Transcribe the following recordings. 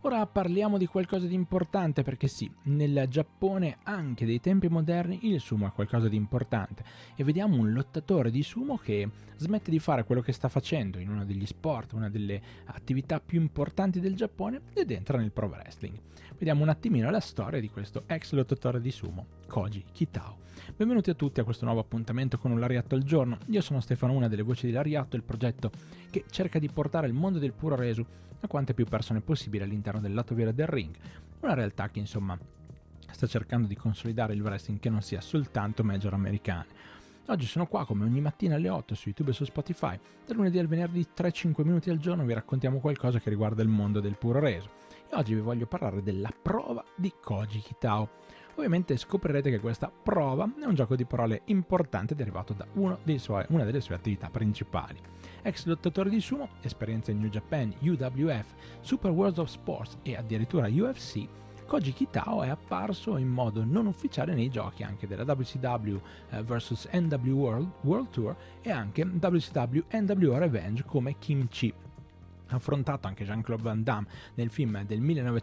Ora parliamo di qualcosa di importante perché sì, nel Giappone anche dei tempi moderni il sumo è qualcosa di importante e vediamo un lottatore di sumo che smette di fare quello che sta facendo in uno degli sport, una delle attività più importanti del Giappone ed entra nel pro wrestling. Vediamo un attimino la storia di questo ex lottatore di sumo, Koji Kitao. Benvenuti a tutti a questo nuovo appuntamento con un Lariatto al giorno. Io sono Stefano, una delle voci di Lariatto, il progetto che cerca di portare il mondo del puro resu a quante più persone possibile all'interno del lato vero del ring. Una realtà che insomma sta cercando di consolidare il wrestling che non sia soltanto major americane. Oggi sono qua come ogni mattina alle 8 su YouTube e su Spotify. Dal lunedì al venerdì 3-5 minuti al giorno vi raccontiamo qualcosa che riguarda il mondo del puro reso. E oggi vi voglio parlare della prova di Koji Kitao. Ovviamente scoprirete che questa prova è un gioco di parole importante derivato da una delle sue attività principali. Ex lottatore di sumo, esperienza in New Japan, UWF, Super World of Sports e addirittura UFC, Koji Kitao è apparso in modo non ufficiale nei giochi anche della WCW vs NW World Tour e anche WCW NWO Revenge come Kim Chi. Ha affrontato anche Jean-Claude Van Damme nel film del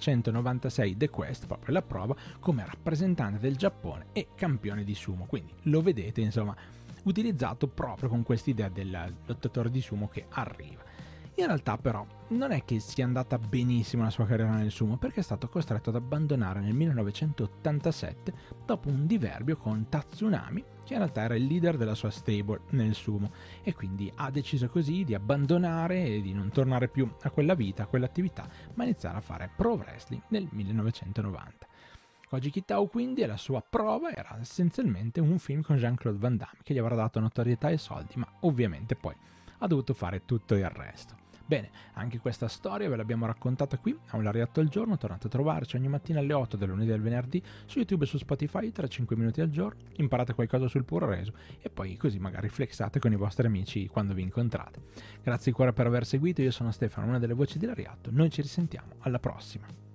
1996 The Quest, proprio la prova, come rappresentante del Giappone e campione di sumo, quindi lo vedete insomma utilizzato proprio con quest'idea del lottatore di sumo che arriva. In realtà però non è che sia andata benissimo la sua carriera nel sumo perché è stato costretto ad abbandonare nel 1987 dopo un diverbio con Tatsunami, che in realtà era il leader della sua stable nel sumo, e quindi ha deciso così di abbandonare e di non tornare più a quella vita, a quell'attività, ma iniziare a fare pro wrestling nel 1990. Koji Kitao quindi, la sua prova era essenzialmente un film con Jean-Claude Van Damme che gli avrà dato notorietà e soldi, ma ovviamente poi ha dovuto fare tutto il resto. Bene, anche questa storia ve l'abbiamo raccontata qui a un Lariatto al giorno. Tornate a trovarci ogni mattina alle 8 del lunedì al venerdì su YouTube e su Spotify 3-5 minuti al giorno, imparate qualcosa sul puro reso e poi così magari flexate con i vostri amici quando vi incontrate. Grazie di cuore per aver seguito, io sono Stefano, una delle voci di Lariatto, noi ci risentiamo alla prossima.